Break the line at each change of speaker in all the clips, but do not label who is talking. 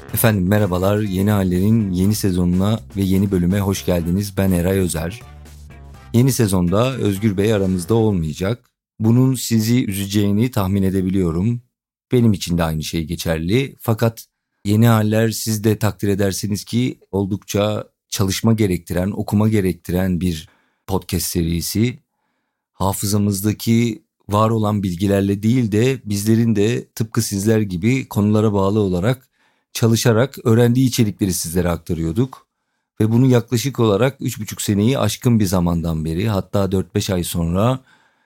Efendim merhabalar, Yeni Haller'in yeni sezonuna ve yeni bölüme hoş geldiniz. Ben Eray Özer. Yeni sezonda Özgür Bey aramızda olmayacak. Bunun sizi üzeceğini tahmin edebiliyorum. Benim için de aynı şey geçerli. Fakat Yeni Haller, siz de takdir edersiniz ki oldukça çalışma gerektiren, okuma gerektiren bir podcast serisi. Hafızamızdaki var olan bilgilerle değil de bizlerin de tıpkı sizler gibi konulara bağlı olarak çalışarak öğrendiği içerikleri sizlere aktarıyorduk. Ve bunu yaklaşık olarak 3,5 seneyi aşkın bir zamandan beri, hatta 4-5 ay sonra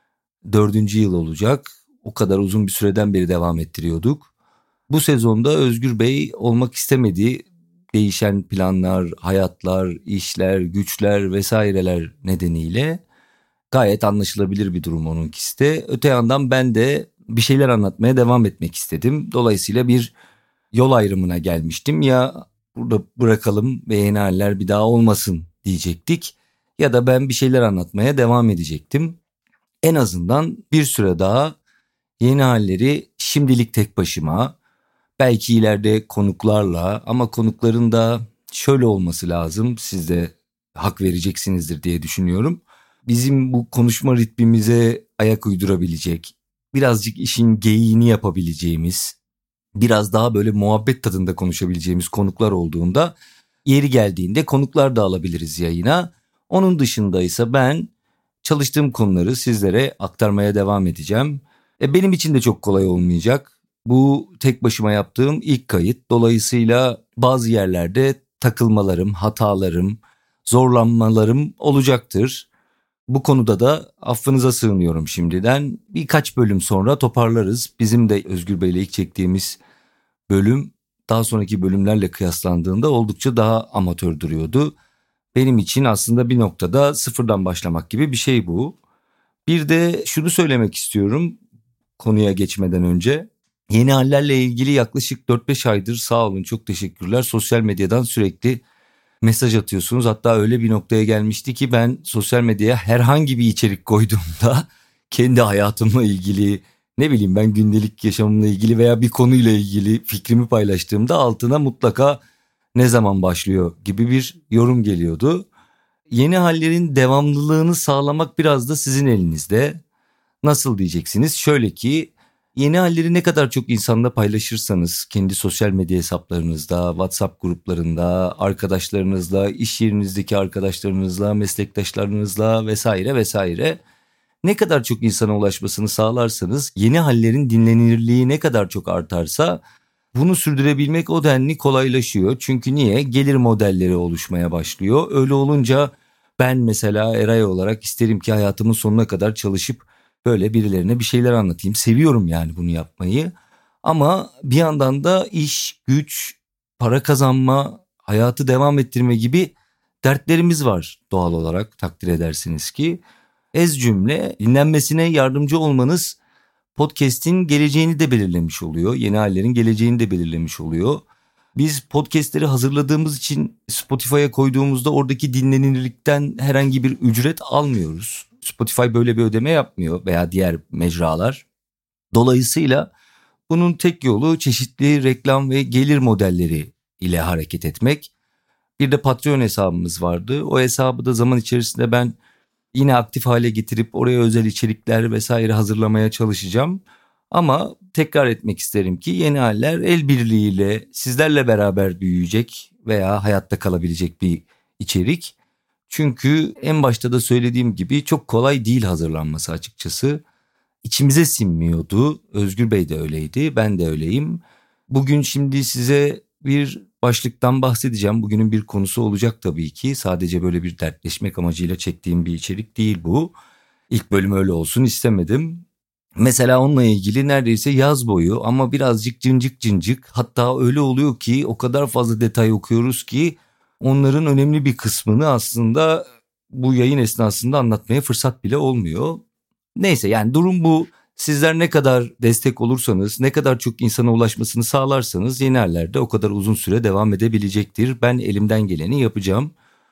4. yıl olacak. O kadar uzun bir süreden beri devam ettiriyorduk. Bu sezonda Özgür Bey olmak istemedi. Değişen planlar, hayatlar, işler, güçler vesaireler nedeniyle gayet anlaşılabilir bir durum onunkisi de. Öte yandan ben de bir şeyler anlatmaya devam etmek istedim. Dolayısıyla bir yol ayrımına gelmiştim. Ya burada bırakalım ve Yeni Haller bir daha olmasın diyecektik. Ya da ben bir şeyler anlatmaya devam edecektim. En azından bir süre daha Yeni Halleri şimdilik tek başıma, belki ileride konuklarla, ama konukların da şöyle olması lazım, siz de hak vereceksinizdir diye düşünüyorum. Bizim bu konuşma ritmimize ayak uydurabilecek, birazcık işin geyiğini yapabileceğimiz, biraz daha böyle muhabbet tadında konuşabileceğimiz konuklar olduğunda, yeri geldiğinde konuklar da alabiliriz yayına. Onun dışında ise ben çalıştığım konuları sizlere aktarmaya devam edeceğim. Benim için de çok kolay olmayacak. Bu tek başıma yaptığım ilk kayıt. Dolayısıyla bazı yerlerde takılmalarım, hatalarım, zorlanmalarım olacaktır. Bu konuda da affınıza sığınıyorum şimdiden. Birkaç bölüm sonra toparlarız. Bizim de Özgür Bey'le ilk çektiğimiz bölüm daha sonraki bölümlerle kıyaslandığında oldukça daha amatör duruyordu. Benim için aslında bir noktada sıfırdan başlamak gibi bir şey bu. Bir de şunu söylemek istiyorum konuya geçmeden önce. Yeni Haller'le ilgili yaklaşık 4-5 aydır, sağ olun, çok teşekkürler, sosyal medyadan sürekli mesaj atıyorsunuz. Hatta öyle bir noktaya gelmişti ki ben sosyal medyaya herhangi bir içerik koyduğumda kendi hayatımla ilgili, ne bileyim ben, gündelik yaşamımla ilgili veya bir konuyla ilgili fikrimi paylaştığımda altına mutlaka ne zaman başlıyor gibi bir yorum geliyordu. Yeni Haller'in devamlılığını sağlamak biraz da sizin elinizde. Nasıl diyeceksiniz? Şöyle ki, Yeni Halleri ne kadar çok insanla paylaşırsanız, kendi sosyal medya hesaplarınızda, WhatsApp gruplarında, arkadaşlarınızla, iş yerinizdeki arkadaşlarınızla, meslektaşlarınızla vesaire vesaire, ne kadar çok insana ulaşmasını sağlarsanız, Yeni Hallerin dinlenirliği ne kadar çok artarsa bunu sürdürebilmek o denli kolaylaşıyor. Çünkü niye? Gelir modelleri oluşmaya başlıyor. Öyle olunca ben mesela Eray olarak isterim ki hayatımın sonuna kadar çalışıp böyle birilerine bir şeyler anlatayım. Seviyorum yani bunu yapmayı. Ama bir yandan da iş, güç, para kazanma, hayatı devam ettirme gibi dertlerimiz var doğal olarak, takdir edersiniz ki. Ez cümle, dinlenmesine yardımcı olmanız podcast'in geleceğini de belirlemiş oluyor. Yeni Haller'in geleceğini de belirlemiş oluyor. Biz podcast'leri hazırladığımız için Spotify'a koyduğumuzda oradaki dinlenirlikten herhangi bir ücret almıyoruz. Spotify böyle bir ödeme yapmıyor veya diğer mecralar. Dolayısıyla bunun tek yolu çeşitli reklam ve gelir modelleri ile hareket etmek. Bir de Patreon hesabımız vardı. O hesabı da zaman içerisinde ben yine aktif hale getirip oraya özel içerikler vesaire hazırlamaya çalışacağım. Ama tekrar etmek isterim ki Yeni Haller el birliğiyle sizlerle beraber büyüyecek veya hayatta kalabilecek bir içerik. Çünkü en başta da söylediğim gibi çok kolay değil hazırlanması açıkçası. İçimize sinmiyordu. Özgür Bey de öyleydi, ben de öyleyim. Bugün şimdi size bir başlıktan bahsedeceğim. Bugünün bir konusu olacak tabii ki. Sadece böyle bir dertleşmek amacıyla çektiğim bir içerik değil bu. İlk bölüm öyle olsun istemedim. Mesela onunla ilgili neredeyse yaz boyu ama birazcık cıncık cıncık, hatta öyle oluyor ki o kadar fazla detay okuyoruz ki onların önemli bir kısmını aslında bu yayın esnasında anlatmaya fırsat bile olmuyor. Neyse, yani durum bu. Sizler ne kadar destek olursanız, ne kadar çok insana ulaşmasını sağlarsanız Yeni Haller'de o kadar uzun süre devam edebilecektir. Ben elimden geleni yapacağım.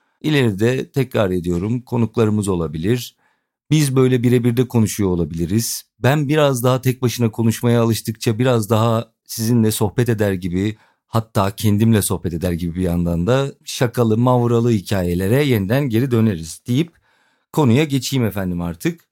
İleride tekrar ediyorum, konuklarımız olabilir. Biz böyle birebir de konuşuyor olabiliriz. Ben biraz daha tek başına konuşmaya alıştıkça biraz daha sizinle sohbet eder gibi, Hatta kendimle sohbet eder gibi bir yandan da şakalı mavralı hikayelere yeniden geri döneriz deyip konuya geçeyim efendim artık.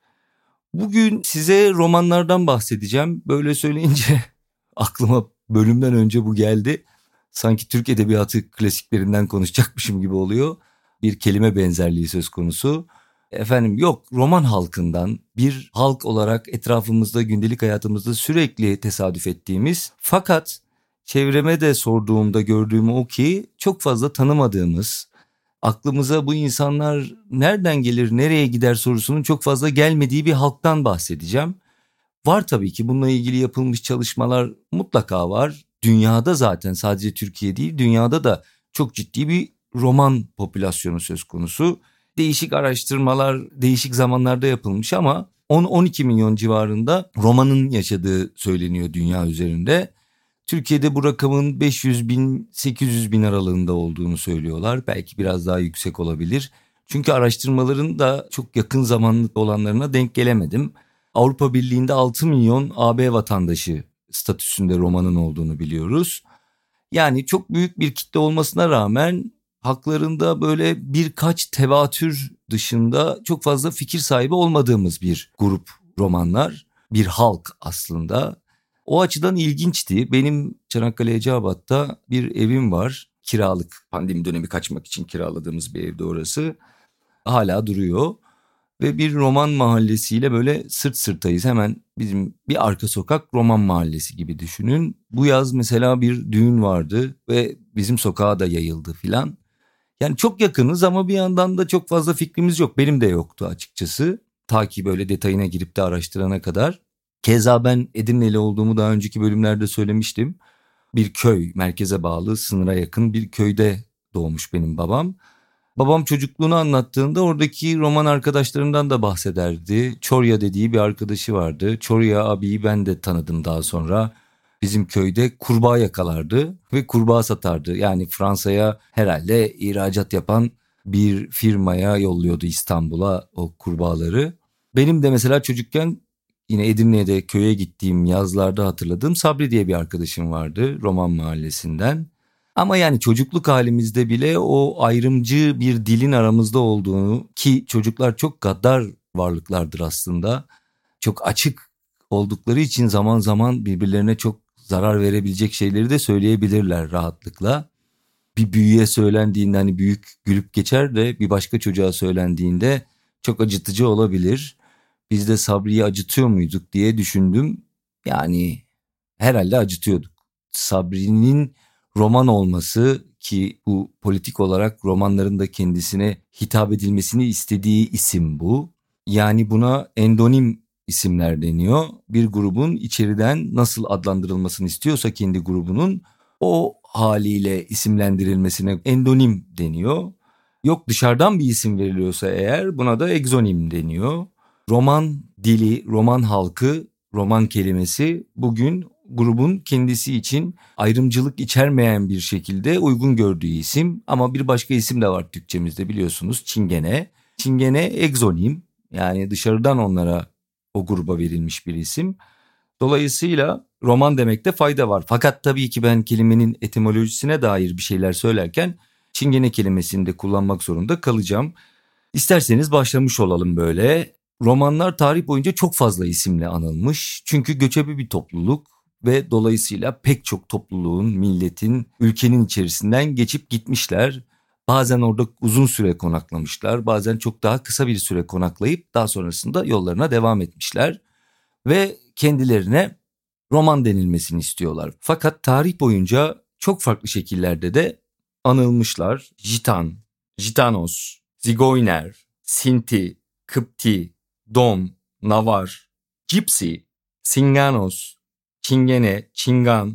Bugün size romanlardan bahsedeceğim. Böyle söyleyince aklıma bölümden önce bu geldi. Sanki Türk Edebiyatı klasiklerinden konuşacakmışım gibi oluyor. Bir kelime benzerliği söz konusu. Efendim yok, roman halkından, bir halk olarak etrafımızda, gündelik hayatımızda sürekli tesadüf ettiğimiz, fakat çevreme de sorduğumda gördüğüm o ki çok fazla tanımadığımız, aklımıza bu insanlar nereden gelir, nereye gider sorusunun çok fazla gelmediği bir halktan bahsedeceğim. Var tabii ki, bununla ilgili yapılmış çalışmalar mutlaka var. Dünyada zaten, sadece Türkiye değil, dünyada da çok ciddi bir roman popülasyonu söz konusu. Değişik araştırmalar değişik zamanlarda yapılmış ama 10-12 milyon civarında romanın yaşadığı söyleniyor dünya üzerinde. Türkiye'de bu rakamın 500 bin 800 bin aralığında olduğunu söylüyorlar. Belki biraz daha yüksek olabilir. Çünkü araştırmaların da çok yakın zamanlı olanlarına denk gelemedim. Avrupa Birliği'nde 6 milyon AB vatandaşı statüsünde romanın olduğunu biliyoruz. Yani çok büyük bir kitle olmasına rağmen haklarında böyle birkaç tevatür dışında çok fazla fikir sahibi olmadığımız bir grup romanlar. Bir halk aslında. O açıdan ilginçti. Benim Çanakkale Eceabat'ta bir evim var. Kiralık, pandemi dönemi kaçmak için kiraladığımız bir evde orası. Hala duruyor. Ve bir roman mahallesiyle böyle sırt sırtayız. Hemen bizim bir arka sokak roman mahallesi gibi düşünün. Bu yaz mesela bir düğün vardı ve bizim sokağa da yayıldı filan. Yani çok yakınız ama bir yandan da çok fazla fikrimiz yok. Benim de yoktu açıkçası. Ta ki böyle detayına girip de araştırana kadar. Keza ben Edirneli olduğumu daha önceki bölümlerde söylemiştim. Bir köy, merkeze bağlı, sınıra yakın bir köyde doğmuş benim babam. Babam çocukluğunu anlattığında oradaki roman arkadaşlarından da bahsederdi. Çorya dediği bir arkadaşı vardı. Çorya abiyi ben de tanıdım daha sonra. Bizim köyde kurbağa yakalardı ve kurbağa satardı. Yani Fransa'ya herhalde ihracat yapan bir firmaya yolluyordu İstanbul'a o kurbağaları. Benim de mesela çocukken yine Edirne'de köye gittiğim yazlarda hatırladığım Sabri diye bir arkadaşım vardı roman mahallesinden. Ama yani çocukluk halimizde bile o ayrımcı bir dilin aramızda olduğunu, ki çocuklar çok gaddar varlıklardır aslında. Çok açık oldukları için zaman zaman birbirlerine çok zarar verebilecek şeyleri de söyleyebilirler rahatlıkla. Bir büyüğe söylendiğinde hani büyük gülüp geçer de bir başka çocuğa söylendiğinde çok acıtıcı olabilir. Biz de Sabri'yi acıtıyor muyduk diye düşündüm. Yani herhalde acıtıyorduk. Sabri'nin roman olması, ki bu politik olarak romanların da kendisine hitap edilmesini istediği isim bu. Yani buna endonim isimler deniyor. Bir grubun içeriden nasıl adlandırılmasını istiyorsa kendi grubunun o haliyle isimlendirilmesine endonim deniyor. Yok dışarıdan bir isim veriliyorsa eğer buna da egzonim deniyor. Roman dili, roman halkı, roman kelimesi bugün grubun kendisi için ayrımcılık içermeyen bir şekilde uygun gördüğü isim. Ama bir başka isim de var Türkçemizde biliyorsunuz, Çingene. Çingene egzonim, yani dışarıdan onlara, o gruba verilmiş bir isim. Dolayısıyla roman demekte fayda var. Fakat tabii ki ben kelimenin etimolojisine dair bir şeyler söylerken Çingene kelimesini de kullanmak zorunda kalacağım. İsterseniz başlamış olalım böyle. Romanlar tarih boyunca çok fazla isimle anılmış. Çünkü göçebe bir topluluk ve dolayısıyla pek çok topluluğun, milletin, ülkenin içerisinden geçip gitmişler. Bazen orada uzun süre konaklamışlar, bazen çok daha kısa bir süre konaklayıp daha sonrasında yollarına devam etmişler. Ve kendilerine roman denilmesini istiyorlar. Fakat tarih boyunca çok farklı şekillerde de anılmışlar. Jitan, Jitanos, Zigoyner, Sinti, Kıpti, Dom, Navar, Gypsy, Singanos, Çingene, Çingan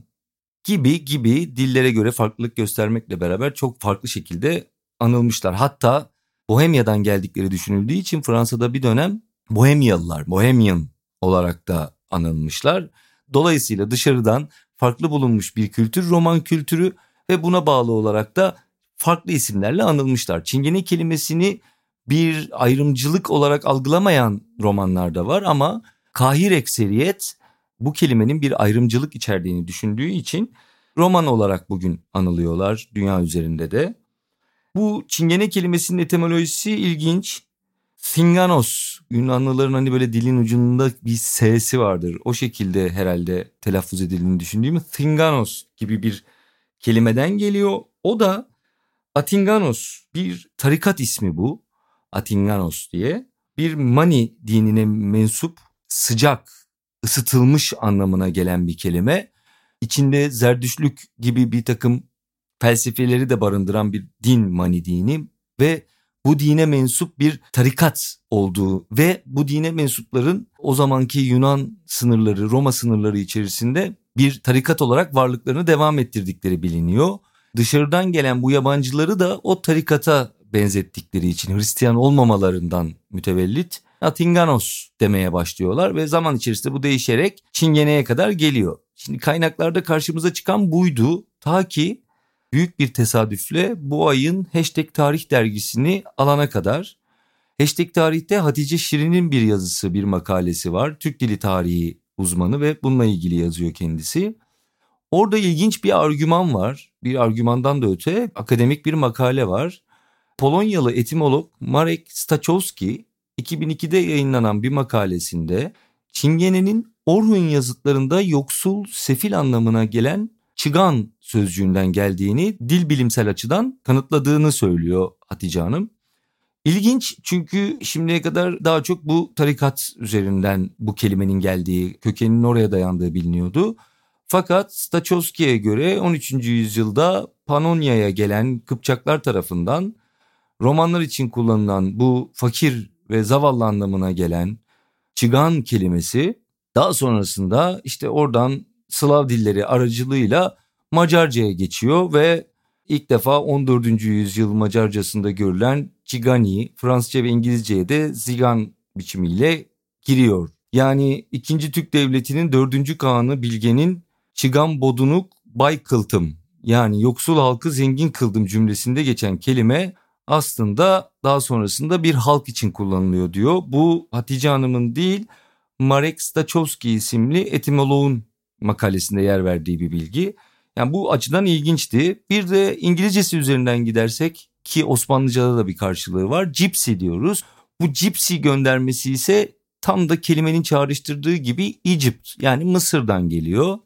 gibi dillere göre farklılık göstermekle beraber çok farklı şekilde anılmışlar. Hatta Bohemya'dan geldikleri düşünüldüğü için Fransa'da bir dönem Bohemyalılar, Bohemian olarak da anılmışlar. Dolayısıyla dışarıdan farklı bulunmuş bir kültür, roman kültürü ve buna bağlı olarak da farklı isimlerle anılmışlar. Çingene kelimesini bir ayrımcılık olarak algılamayan romanlar da var ama kahir ekseriyet bu kelimenin bir ayrımcılık içerdiğini düşündüğü için roman olarak bugün anılıyorlar dünya üzerinde de. Bu çingene kelimesinin etimolojisi ilginç. Thinganos, Yunanlıların hani böyle dilin ucunda bir S'si vardır. O şekilde herhalde telaffuz edildiğini düşündüğüm Thinganos gibi bir kelimeden geliyor. O da Atinganos, bir tarikat ismi bu. Atinganos diye. Bir Mani dinine mensup, sıcak, ısıtılmış anlamına gelen bir kelime. İçinde Zerdüştlük gibi bir takım felsefeleri de barındıran bir din, Mani dini ve bu dine mensup bir tarikat olduğu ve bu dine mensupların o zamanki Yunan sınırları, Roma sınırları içerisinde bir tarikat olarak varlıklarını devam ettirdikleri biliniyor. Dışarıdan gelen bu yabancıları da o tarikata benzettikleri için Hristiyan olmamalarından mütevellit Atinganos demeye başlıyorlar ve zaman içerisinde bu değişerek Çingene'ye kadar geliyor. Şimdi kaynaklarda karşımıza çıkan buydu ta ki büyük bir tesadüfle bu ayın Hashtag Tarih dergisini alana kadar. Hashtag Tarih'te Hatice Şirin'in bir yazısı, bir makalesi var. Türk Dili Tarihi uzmanı ve bununla ilgili yazıyor kendisi. Orada ilginç bir argüman var. Bir argümandan da öte akademik bir makale var. Polonyalı etimolog Marek Stachowski 2002'de yayınlanan bir makalesinde Çingene'nin Orhun yazıtlarında yoksul, sefil anlamına gelen çıgan sözcüğünden geldiğini dil bilimsel açıdan kanıtladığını söylüyor Hatice Hanım. İlginç, çünkü şimdiye kadar daha çok bu tarikat üzerinden bu kelimenin geldiği, kökeninin oraya dayandığı biliniyordu. Fakat Stachowski'ye göre 13. yüzyılda Panonya'ya gelen Kıpçaklar tarafından romanlar için kullanılan bu fakir ve zavallı anlamına gelen çıgan kelimesi daha sonrasında işte oradan Slav dilleri aracılığıyla Macarca'ya geçiyor ve ilk defa 14. yüzyıl Macarcasında görülen Çigani, Fransızca ve İngilizceye de Zigan biçimiyle giriyor. Yani 2. Türk Devleti'nin 4. Kağanı Bilge'nin Çıgan bodunuk bay kıltım, yani yoksul halkı zengin kıldım cümlesinde geçen kelime aslında daha sonrasında bir halk için kullanılıyor diyor. Bu Hatice Hanım'ın değil, Marek Stachowski isimli etimoloğun makalesinde yer verdiği bir bilgi. Yani bu açıdan ilginçti. Bir de İngilizcesi üzerinden gidersek, ki Osmanlıca'da da bir karşılığı var, gypsy diyoruz. Bu gypsy göndermesi ise tam da kelimenin çağrıştırdığı gibi Egypt, yani Mısır'dan geliyor.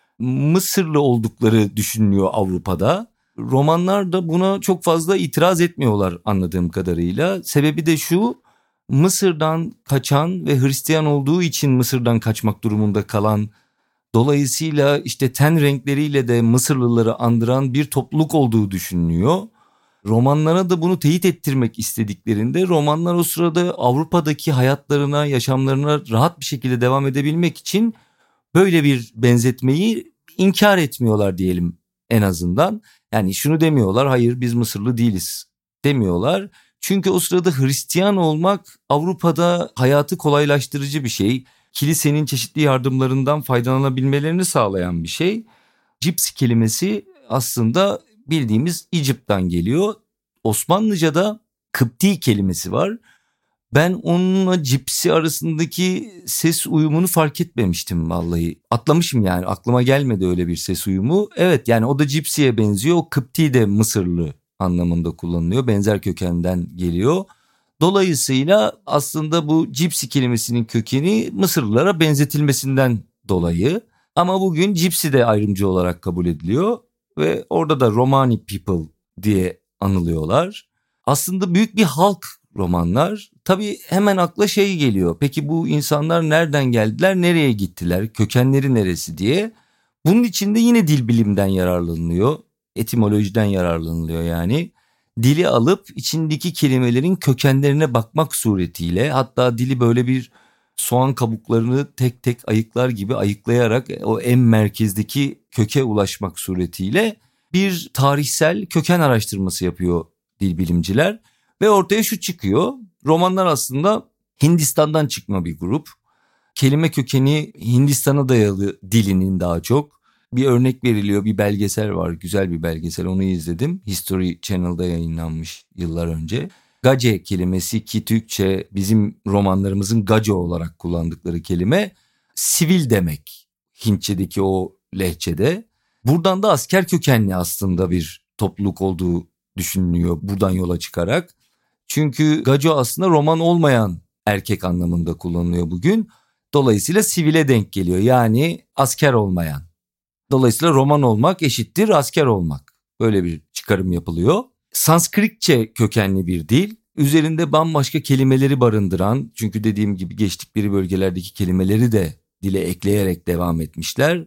Mısırlı oldukları düşünülüyor Avrupa'da. Romanlar da buna çok fazla itiraz etmiyorlar anladığım kadarıyla. Sebebi de şu: Mısır'dan kaçan ve Hristiyan olduğu için Mısır'dan kaçmak durumunda kalan, dolayısıyla işte ten renkleriyle de Mısırlıları andıran bir topluluk olduğu düşünülüyor. Romanlara da bunu teyit ettirmek istediklerinde romanlar o sırada Avrupa'daki hayatlarına, yaşamlarına rahat bir şekilde devam edebilmek için böyle bir benzetmeyi inkar etmiyorlar diyelim en azından. Yani şunu demiyorlar, hayır biz Mısırlı değiliz demiyorlar. Çünkü o sırada Hristiyan olmak Avrupa'da hayatı kolaylaştırıcı bir şey. Kilisenin çeşitli yardımlarından faydalanabilmelerini sağlayan bir şey. Gypsy kelimesi aslında bildiğimiz Egypt'ten geliyor. Osmanlıca'da Kıpti kelimesi var. Ben onunla Gypsy arasındaki ses uyumunu fark etmemiştim vallahi. Atlamışım, yani aklıma gelmedi öyle bir ses uyumu. Evet, yani o da Gypsy'ye benziyor. O Kıpti de Mısırlı anlamında kullanılıyor. Benzer kökenden geliyor. Dolayısıyla aslında bu Gypsy kelimesinin kökeni Mısırlılara benzetilmesinden dolayı. Ama bugün Gypsy de ayrımcı olarak kabul ediliyor ve orada da Romani people diye anılıyorlar. Aslında büyük bir halk romanlar. Tabii hemen akla şey geliyor. Peki bu insanlar nereden geldiler, nereye gittiler, kökenleri neresi diye. Bunun için de yine dil bilimden yararlanılıyor. Etimolojiden yararlanılıyor yani. Dili alıp içindeki kelimelerin kökenlerine bakmak suretiyle, hatta dili böyle bir soğan kabuklarını tek tek ayıklar gibi ayıklayarak o en merkezdeki köke ulaşmak suretiyle bir tarihsel köken araştırması yapıyor dil bilimciler. Ve ortaya şu çıkıyor: romanlar aslında Hindistan'dan çıkma bir grup. Kelime kökeni Hindistan'a dayalı dilinin daha çok. Bir örnek veriliyor, bir belgesel var, güzel bir belgesel, onu izledim. History Channel'da yayınlanmış yıllar önce. Gace kelimesi, ki Türkçe bizim romanlarımızın gace olarak kullandıkları kelime, sivil demek Hintçedeki o lehçede. Buradan da asker kökenli aslında bir topluluk olduğu düşünülüyor buradan yola çıkarak. Çünkü Gaco aslında Roman olmayan erkek anlamında kullanılıyor bugün. Dolayısıyla sivile denk geliyor, yani asker olmayan. Dolayısıyla Roman olmak eşittir asker olmak. Böyle bir çıkarım yapılıyor. Sanskritçe kökenli bir dil. Üzerinde bambaşka kelimeleri barındıran, çünkü dediğim gibi geçtikleri bölgelerdeki kelimeleri de dile ekleyerek devam etmişler.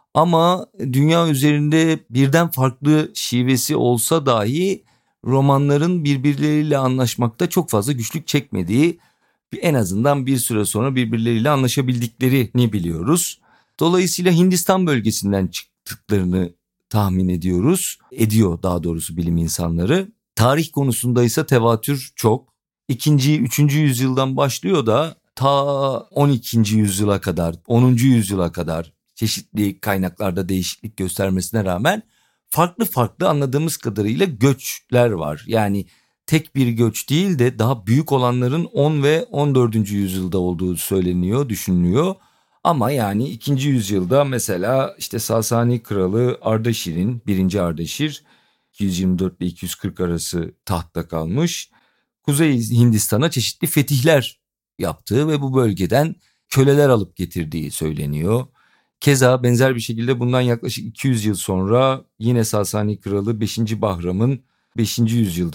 Ama dünya üzerinde birden farklı şivesi olsa dahi Romanların birbirleriyle anlaşmakta çok fazla güçlük çekmediği, en azından bir süre sonra birbirleriyle anlaşabildiklerini biliyoruz. Dolayısıyla Hindistan bölgesinden çıktıklarını tahmin ediyor daha doğrusu bilim insanları. Tarih konusunda ise tevatür çok. 2. 3. yüzyıldan başlıyor da ta 12. yüzyıla kadar, 10. yüzyıla kadar çeşitli kaynaklarda değişiklik göstermesine rağmen farklı farklı anladığımız kadarıyla göçler var. Yani tek bir göç değil de daha büyük olanların 10 ve 14. yüzyılda olduğu söyleniyor, düşünülüyor. Ama yani 2. yüzyılda mesela işte Sasani kralı Ardaşir'in, 1. Ardaşir 224 ile 240 arası tahtta kalmış. Kuzey Hindistan'a çeşitli fetihler yaptığı ve bu bölgeden köleler alıp getirdiği söyleniyor. Keza benzer bir şekilde bundan yaklaşık 200 yıl sonra yine Sasani kralı 5. Bahram'ın 5. yüzyılda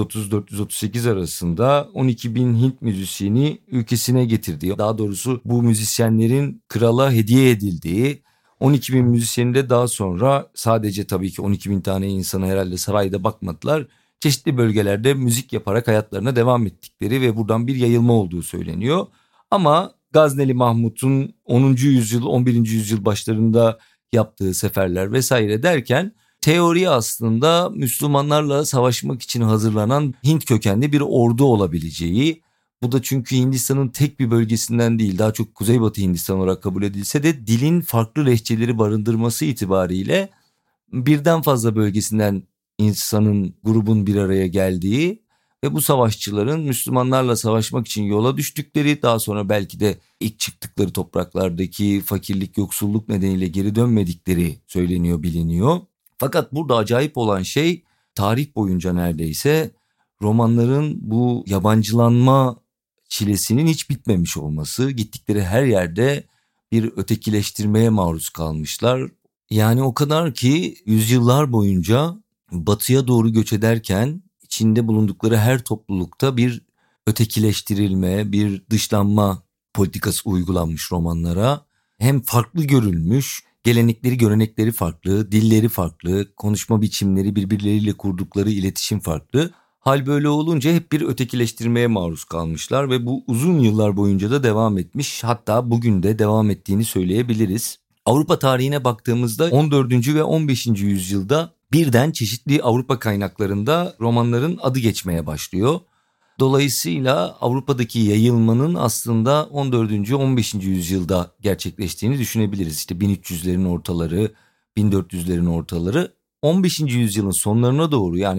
430-438 arasında 12 bin Hint müzisyeni ülkesine getirdiği, daha doğrusu bu müzisyenlerin krala hediye edildiği, 12 bin müzisyeni de daha sonra sadece tabii ki 12 bin tane insana herhalde sarayda bakmadılar. Çeşitli bölgelerde müzik yaparak hayatlarına devam ettikleri ve buradan bir yayılma olduğu söyleniyor. Ama Gazneli Mahmut'un 10. yüzyıl 11. yüzyıl başlarında yaptığı seferler vesaire derken teori aslında Müslümanlarla savaşmak için hazırlanan Hint kökenli bir ordu olabileceği. Bu da çünkü Hindistan'ın tek bir bölgesinden değil, daha çok Kuzeybatı Hindistan olarak kabul edilse de dilin farklı lehçeleri barındırması itibariyle birden fazla bölgesinden insanın, grubun bir araya geldiği ve bu savaşçıların Müslümanlarla savaşmak için yola düştükleri, daha sonra belki de ilk çıktıkları topraklardaki fakirlik, yoksulluk nedeniyle geri dönmedikleri söyleniyor, biliniyor. Fakat burada acayip olan şey, tarih boyunca neredeyse Romanların bu yabancılanma çilesinin hiç bitmemiş olması. Gittikleri her yerde bir ötekileştirmeye maruz kalmışlar. Yani o kadar ki yüzyıllar boyunca batıya doğru göç ederken içinde bulundukları her toplulukta bir ötekileştirilme, bir dışlanma politikası uygulanmış Romanlara. Hem farklı görülmüş, gelenekleri, görenekleri farklı, dilleri farklı, konuşma biçimleri, birbirleriyle kurdukları iletişim farklı. Hal böyle olunca hep bir ötekileştirmeye maruz kalmışlar ve bu uzun yıllar boyunca da devam etmiş, hatta bugün de devam ettiğini söyleyebiliriz. Avrupa tarihine baktığımızda 14. ve 15. yüzyılda birden çeşitli Avrupa kaynaklarında romanların adı geçmeye başlıyor. Dolayısıyla Avrupa'daki yayılmanın aslında 14. 15. yüzyılda gerçekleştiğini düşünebiliriz. İşte 1300'lerin ortaları, 1400'lerin ortaları. 15. yüzyılın sonlarına doğru, yani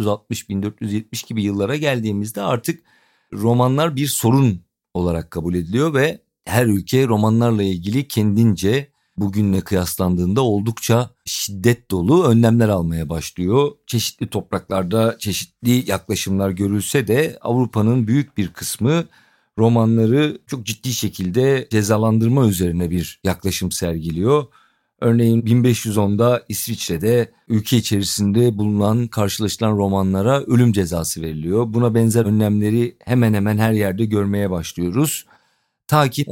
1460-1470 gibi yıllara geldiğimizde artık romanlar bir sorun olarak kabul ediliyor ve her ülke romanlarla ilgili kendince bugünle kıyaslandığında oldukça şiddet dolu önlemler almaya başlıyor. Çeşitli topraklarda çeşitli yaklaşımlar görülse de Avrupa'nın büyük bir kısmı romanları çok ciddi şekilde cezalandırma üzerine bir yaklaşım sergiliyor. Örneğin 1510'da İsviçre'de ülke içerisinde bulunan, karşılaşılan romanlara ölüm cezası veriliyor. Buna benzer önlemleri hemen hemen her yerde görmeye başlıyoruz. Ta ki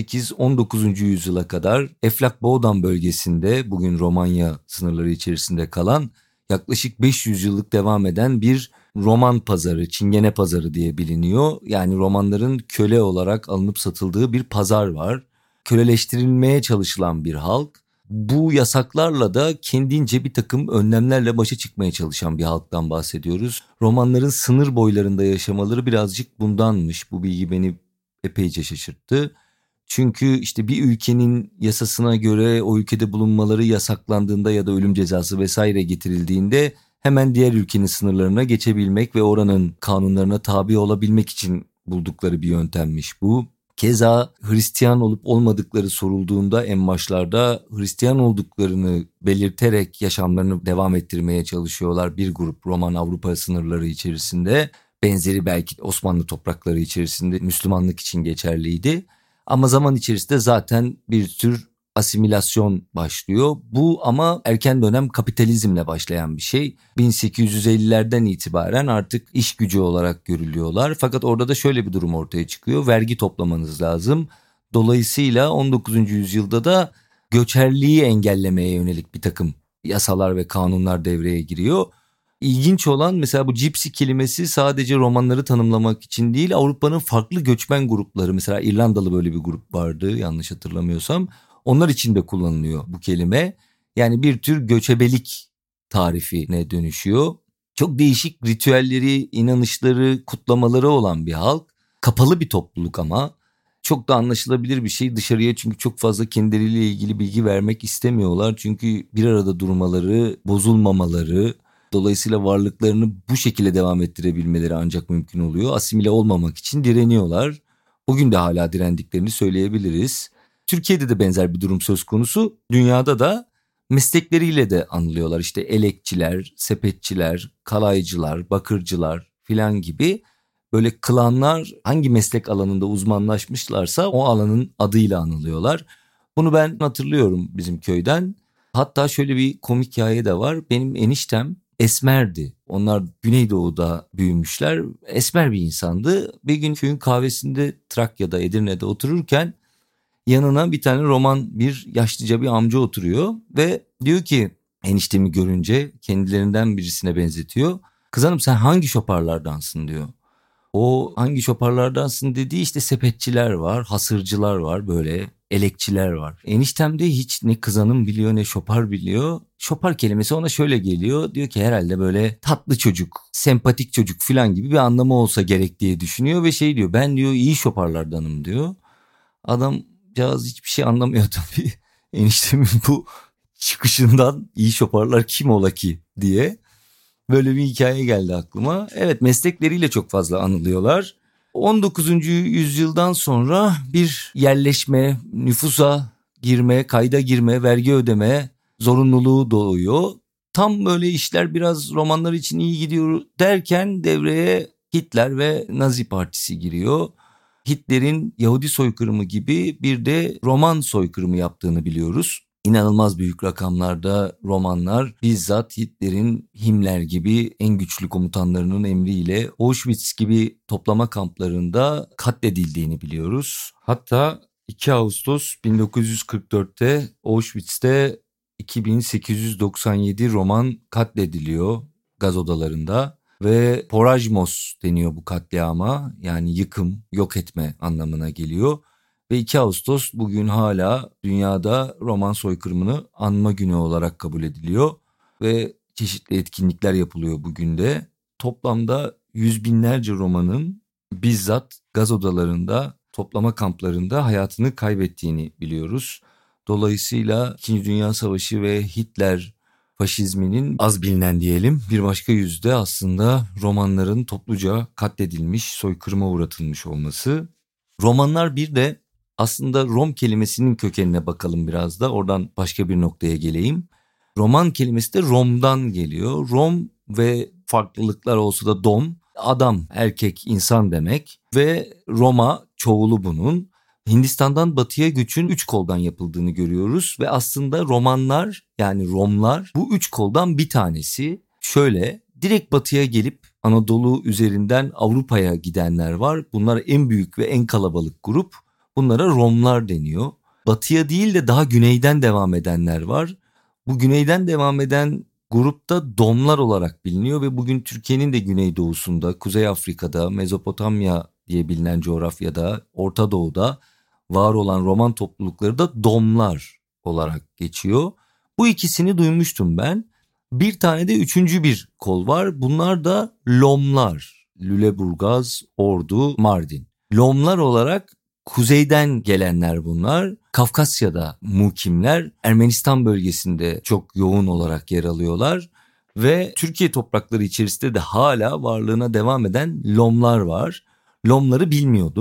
18-19. yüzyıla kadar Eflak-Boğdan bölgesinde, bugün Romanya sınırları içerisinde kalan, yaklaşık 500 yıllık devam eden bir roman pazarı, Çingene pazarı diye biliniyor. Yani romanların köle olarak alınıp satıldığı bir pazar var. Köleleştirilmeye çalışılan bir halk. Bu yasaklarla da kendince bir takım önlemlerle başa çıkmaya çalışan bir halktan bahsediyoruz. Romanların sınır boylarında yaşamaları birazcık bundanmış. Bu bilgi beni epeyce şaşırttı. Çünkü işte bir ülkenin yasasına göre o ülkede bulunmaları yasaklandığında ya da ölüm cezası vesaire getirildiğinde hemen diğer ülkenin sınırlarına geçebilmek ve oranın kanunlarına tabi olabilmek için buldukları bir yöntemmiş bu. Keza Hristiyan olup olmadıkları sorulduğunda en başlarda Hristiyan olduklarını belirterek yaşamlarını devam ettirmeye çalışıyorlar. Bir grup Roman Avrupa sınırları içerisinde, benzeri belki Osmanlı toprakları içerisinde Müslümanlık için geçerliydi. Ama zaman içerisinde zaten bir tür asimilasyon başlıyor. Bu ama erken dönem kapitalizmle başlayan bir şey. 1850'lerden itibaren artık iş gücü olarak görülüyorlar. Fakat orada da şöyle bir durum ortaya çıkıyor. Vergi toplamanız lazım. Dolayısıyla 19. yüzyılda da göçerliği engellemeye yönelik bir takım yasalar ve kanunlar devreye giriyor. İlginç olan mesela bu gypsy kelimesi sadece Romanları tanımlamak için değil, Avrupa'nın farklı göçmen grupları, mesela İrlandalı böyle bir grup vardı yanlış hatırlamıyorsam, onlar için de kullanılıyor bu kelime. Yani bir tür göçebelik tarifine dönüşüyor. Çok değişik ritüelleri, inanışları, kutlamaları olan bir halk. Kapalı bir topluluk ama çok da anlaşılabilir bir şey. Dışarıya çünkü çok fazla kendileriyle ilgili bilgi vermek istemiyorlar. Çünkü bir arada durmaları, bozulmamaları, dolayısıyla varlıklarını bu şekilde devam ettirebilmeleri ancak mümkün oluyor. Asimile olmamak için direniyorlar. Bugün de hala direndiklerini söyleyebiliriz. Türkiye'de de benzer bir durum söz konusu. Dünyada da meslekleriyle de anılıyorlar. İşte elekçiler, sepetçiler, kalaycılar, bakırcılar filan gibi böyle klanlar hangi meslek alanında uzmanlaşmışlarsa o alanın adıyla anılıyorlar. Bunu ben hatırlıyorum bizim köyden. Hatta şöyle bir komik hikaye de var. Benim eniştem esmerdi. Onlar Güneydoğu'da büyümüşler. Esmer bir insandı. Bir gün köyün kahvesinde Trakya'da, Edirne'de otururken yanına bir tane Roman bir yaşlıca bir amca oturuyor ve diyor ki eniştemi görünce kendilerinden birisine benzetiyor. Kız hanım sen hangi şoparlardansın diyor. O hangi şoparlardansın dediği işte sepetçiler var, hasırcılar var, böyle elekçiler var. Eniştem de hiç ne kız hanım biliyor ne şopar biliyor. Şopar kelimesi ona şöyle geliyor. Diyor ki herhalde böyle tatlı çocuk, sempatik çocuk falan gibi bir anlamı olsa gerek diye düşünüyor ve şey diyor, ben diyor iyi şoparlardanım diyor. Adamcağız hiçbir şey anlamıyor tabii. Eniştemin bu çıkışından iyi şoparlar kim ola ki diye. Böyle bir hikaye geldi aklıma. Evet, meslekleriyle çok fazla anılıyorlar. 19. yüzyıldan sonra bir yerleşme, nüfusa girme, kayda girme, vergi ödeme zorunluluğu doğuyor. Tam böyle işler biraz romanlar için iyi gidiyor derken devreye Hitler ve Nazi Partisi giriyor. Hitler'in Yahudi soykırımı gibi bir de Roman soykırımı yaptığını biliyoruz. İnanılmaz büyük rakamlarda Romanlar bizzat Hitler'in Himmler gibi en güçlü komutanlarının emriyle Auschwitz gibi toplama kamplarında katledildiğini biliyoruz. Hatta 2 Ağustos 1944'te Auschwitz'te 2897 Roman katlediliyor gaz odalarında ve porajmos deniyor bu katliama, yani yıkım, yok etme anlamına geliyor. Ve 2 Ağustos bugün hala dünyada Roman soykırımını anma günü olarak kabul ediliyor ve çeşitli etkinlikler yapılıyor bugün de. Toplamda yüz binlerce Romanın bizzat gaz odalarında, toplama kamplarında hayatını kaybettiğini biliyoruz. Dolayısıyla 2. Dünya Savaşı ve Hitler faşizminin az bilinen diyelim bir başka yüzü de aslında Romanların topluca katledilmiş, soykırıma uğratılmış olması. Romanlar bir de aslında Rom kelimesinin kökenine bakalım biraz da, oradan başka bir noktaya geleyim. Roman kelimesi de Rom'dan geliyor. Rom ve farklılıklar olsa da dom, adam, erkek, insan demek ve Roma çoğulu bunun. Hindistan'dan batıya göçün 3 koldan yapıldığını görüyoruz ve aslında Romanlar, yani Romlar bu 3 koldan bir tanesi. Şöyle direkt batıya gelip Anadolu üzerinden Avrupa'ya gidenler var. Bunlar en büyük ve en kalabalık grup. Bunlara Romlar deniyor. Batıya değil de daha güneyden devam edenler var. Bu güneyden devam eden grupta Domlar olarak biliniyor ve bugün Türkiye'nin de güneydoğusunda, Kuzey Afrika'da, Mezopotamya diye bilinen coğrafyada, Orta Doğu'da var olan Roman toplulukları da Domlar olarak geçiyor. Bu ikisini duymuştum ben. Bir tane de üçüncü bir kol var. Bunlar da Lomlar. Lüleburgaz, Ordu, Mardin. Lomlar olarak kuzeyden gelenler bunlar. Kafkasya'da mukimler, Ermenistan bölgesinde çok yoğun olarak yer alıyorlar. Ve Türkiye toprakları içerisinde de hala varlığına devam eden Lomlar var. Lomları bilmiyordum.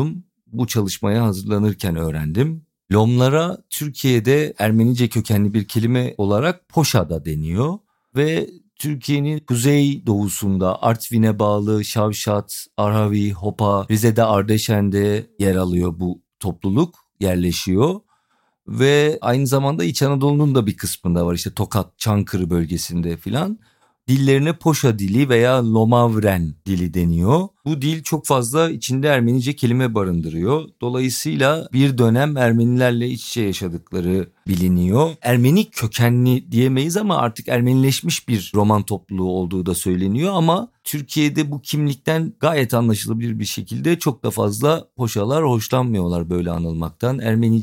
bu çalışmaya hazırlanırken öğrendim. Lomlara Türkiye'de Ermenice kökenli bir kelime olarak poşa da deniyor ve Türkiye'nin kuzey doğusunda Artvin'e bağlı Şavşat, Arhavi, Hopa, Rize'de Ardeşen'de yer alıyor bu topluluk, yerleşiyor. Ve aynı zamanda İç Anadolu'nun da bir kısmında var, işte Tokat, Çankırı bölgesinde filan. Dillerine Poşa dili veya Lomavren dili deniyor. Bu dil çok fazla içinde Ermenice kelime barındırıyor. Dolayısıyla bir dönem Ermenilerle iç içe yaşadıkları biliniyor. Ermeni kökenli diyemeyiz ama artık Ermenileşmiş bir roman topluluğu olduğu da söyleniyor. Ama Türkiye'de bu kimlikten gayet anlaşılabilir bir şekilde çok da fazla Poşalar hoşlanmıyorlar böyle anılmaktan.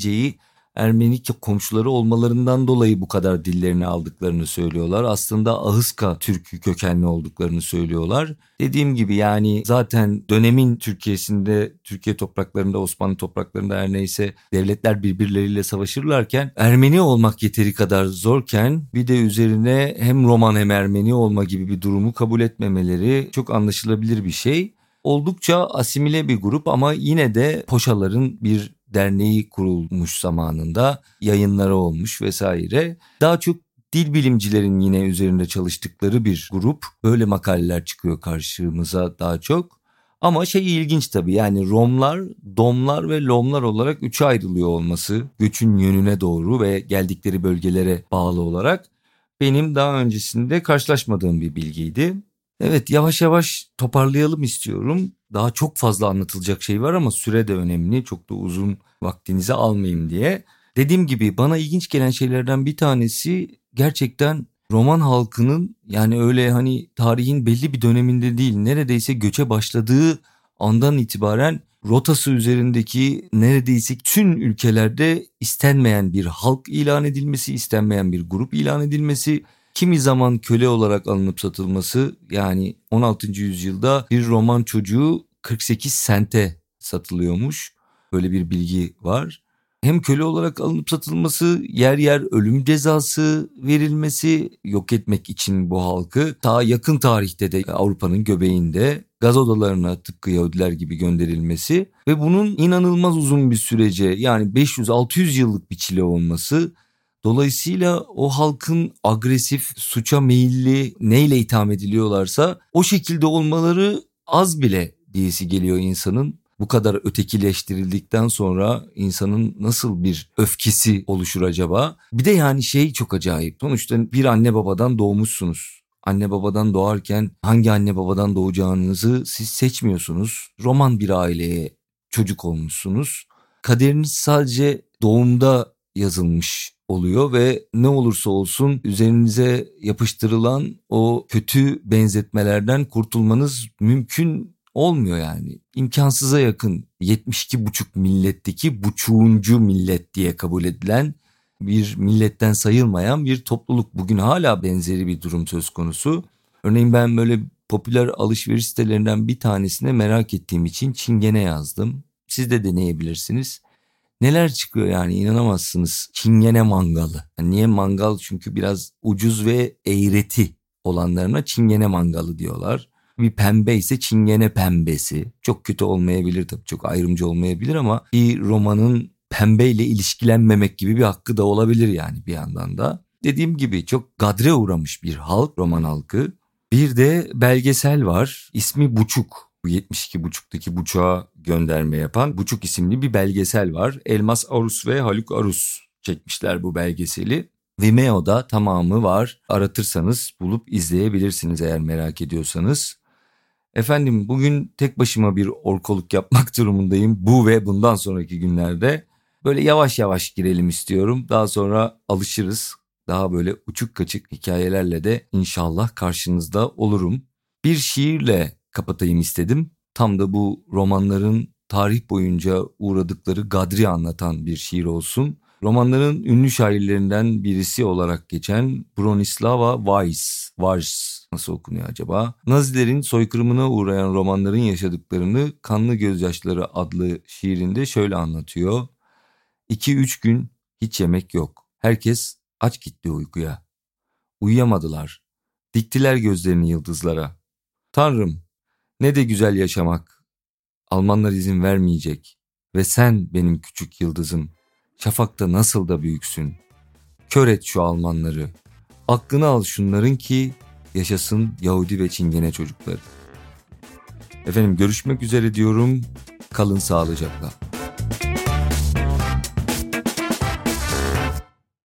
Ermeni komşuları olmalarından dolayı bu kadar dillerini aldıklarını söylüyorlar. Aslında Ahıska Türk'ü kökenli olduklarını söylüyorlar. Dediğim gibi yani zaten dönemin Türkiye'sinde, Türkiye topraklarında, Osmanlı topraklarında her neyse devletler birbirleriyle savaşırlarken Ermeni olmak yeteri kadar zorken bir de üzerine hem Roman hem Ermeni olma gibi bir durumu kabul etmemeleri çok anlaşılabilir bir şey. Oldukça asimile bir grup ama yine de Poşaların bir derneği kurulmuş zamanında, yayınları olmuş vesaire. Daha çok dil bilimcilerin yine üzerinde çalıştıkları bir grup. Böyle makaleler çıkıyor karşımıza daha çok. Ama ilginç tabii, yani Romlar, Domlar ve Lomlar olarak üçe ayrılıyor olması, göçün yönüne doğru ve geldikleri bölgelere bağlı olarak benim daha öncesinde karşılaşmadığım bir bilgiydi. Evet, yavaş yavaş toparlayalım istiyorum. Daha çok fazla anlatılacak şey var ama süre de önemli. Çok da uzun vaktinizi almayayım diye. Dediğim gibi bana ilginç gelen şeylerden bir tanesi gerçekten Roman halkının, yani öyle hani tarihin belli bir döneminde değil, neredeyse göçe başladığı andan itibaren rotası üzerindeki neredeyse tüm ülkelerde istenmeyen bir halk ilan edilmesi, istenmeyen bir grup ilan edilmesi, kimi zaman köle olarak alınıp satılması. Yani 16. yüzyılda bir Roman çocuğu 48 sente satılıyormuş. Böyle bir bilgi var. Hem köle olarak alınıp satılması, yer yer ölüm cezası verilmesi, yok etmek için bu halkı, ta yakın tarihte de Avrupa'nın göbeğinde gaz odalarına tıpkı Yahudiler gibi gönderilmesi ve bunun inanılmaz uzun bir sürece, yani 500-600 yıllık bir çile olması. Dolayısıyla o halkın agresif, suça meyilli, neyle itham ediliyorlarsa o şekilde olmaları az bile diyesi geliyor insanın. Bu kadar ötekileştirildikten sonra insanın nasıl bir öfkesi oluşur acaba? Bir de yani çok acayip. Sonuçta bir anne babadan doğmuşsunuz. Anne babadan doğarken hangi anne babadan doğacağınızı siz seçmiyorsunuz. Roman bir aileye çocuk olmuşsunuz. Kaderiniz sadece doğumda yazılmış oluyor ve ne olursa olsun üzerinize yapıştırılan o kötü benzetmelerden kurtulmanız mümkün olmuyor yani. İmkansıza yakın, 72,5 milletteki buçuğuncu millet diye kabul edilen bir milletten sayılmayan bir topluluk. Bugün hala benzeri bir durum söz konusu. Örneğin ben böyle popüler alışveriş sitelerinden bir tanesine merak ettiğim için Çingene yazdım. Siz de deneyebilirsiniz. Neler çıkıyor yani, inanamazsınız. Çingene mangalı. Yani niye mangal? Çünkü biraz ucuz ve eğreti olanlarına Çingene mangalı diyorlar. Bir pembe ise Çingene pembesi. Çok kötü olmayabilir tabii, çok ayrımcı olmayabilir ama bir romanın pembeyle ilişkilenmemek gibi bir hakkı da olabilir yani bir yandan da. Dediğim gibi çok gadre uğramış bir halk, roman halkı. Bir de belgesel var. İsmi Buçuk. Bu 72,5'taki buçuğa gönderme yapan Buçuk isimli bir belgesel var. Elmas Arus ve Haluk Arus çekmişler bu belgeseli. Vimeo'da tamamı var. Aratırsanız bulup izleyebilirsiniz eğer merak ediyorsanız. Efendim, bugün tek başıma bir orkoluk yapmak durumundayım. Bu ve bundan sonraki günlerde böyle yavaş yavaş girelim istiyorum. Daha sonra alışırız. Daha böyle uçuk kaçık hikayelerle de inşallah karşınızda olurum. Bir şiirle kapatayım istedim. Tam da bu romanların tarih boyunca uğradıkları gadri anlatan bir şiir olsun. Romanların ünlü şairlerinden birisi olarak geçen Bronislava Weiss nasıl okunuyor acaba? Nazilerin soykırımına uğrayan romanların yaşadıklarını Kanlı Gözyaşları adlı şiirinde şöyle anlatıyor. 2-3 gün hiç yemek yok. Herkes aç gitti uykuya. Uyuyamadılar. Diktiler gözlerini yıldızlara. Tanrım, ne de güzel yaşamak. Almanlar izin vermeyecek Ve sen benim küçük yıldızım, şafakta nasıl da büyüksün. Kör et şu Almanları, aklını al şunların ki yaşasın Yahudi ve Çingene çocukları. Efendim görüşmek üzere diyorum, kalın sağlıcakla.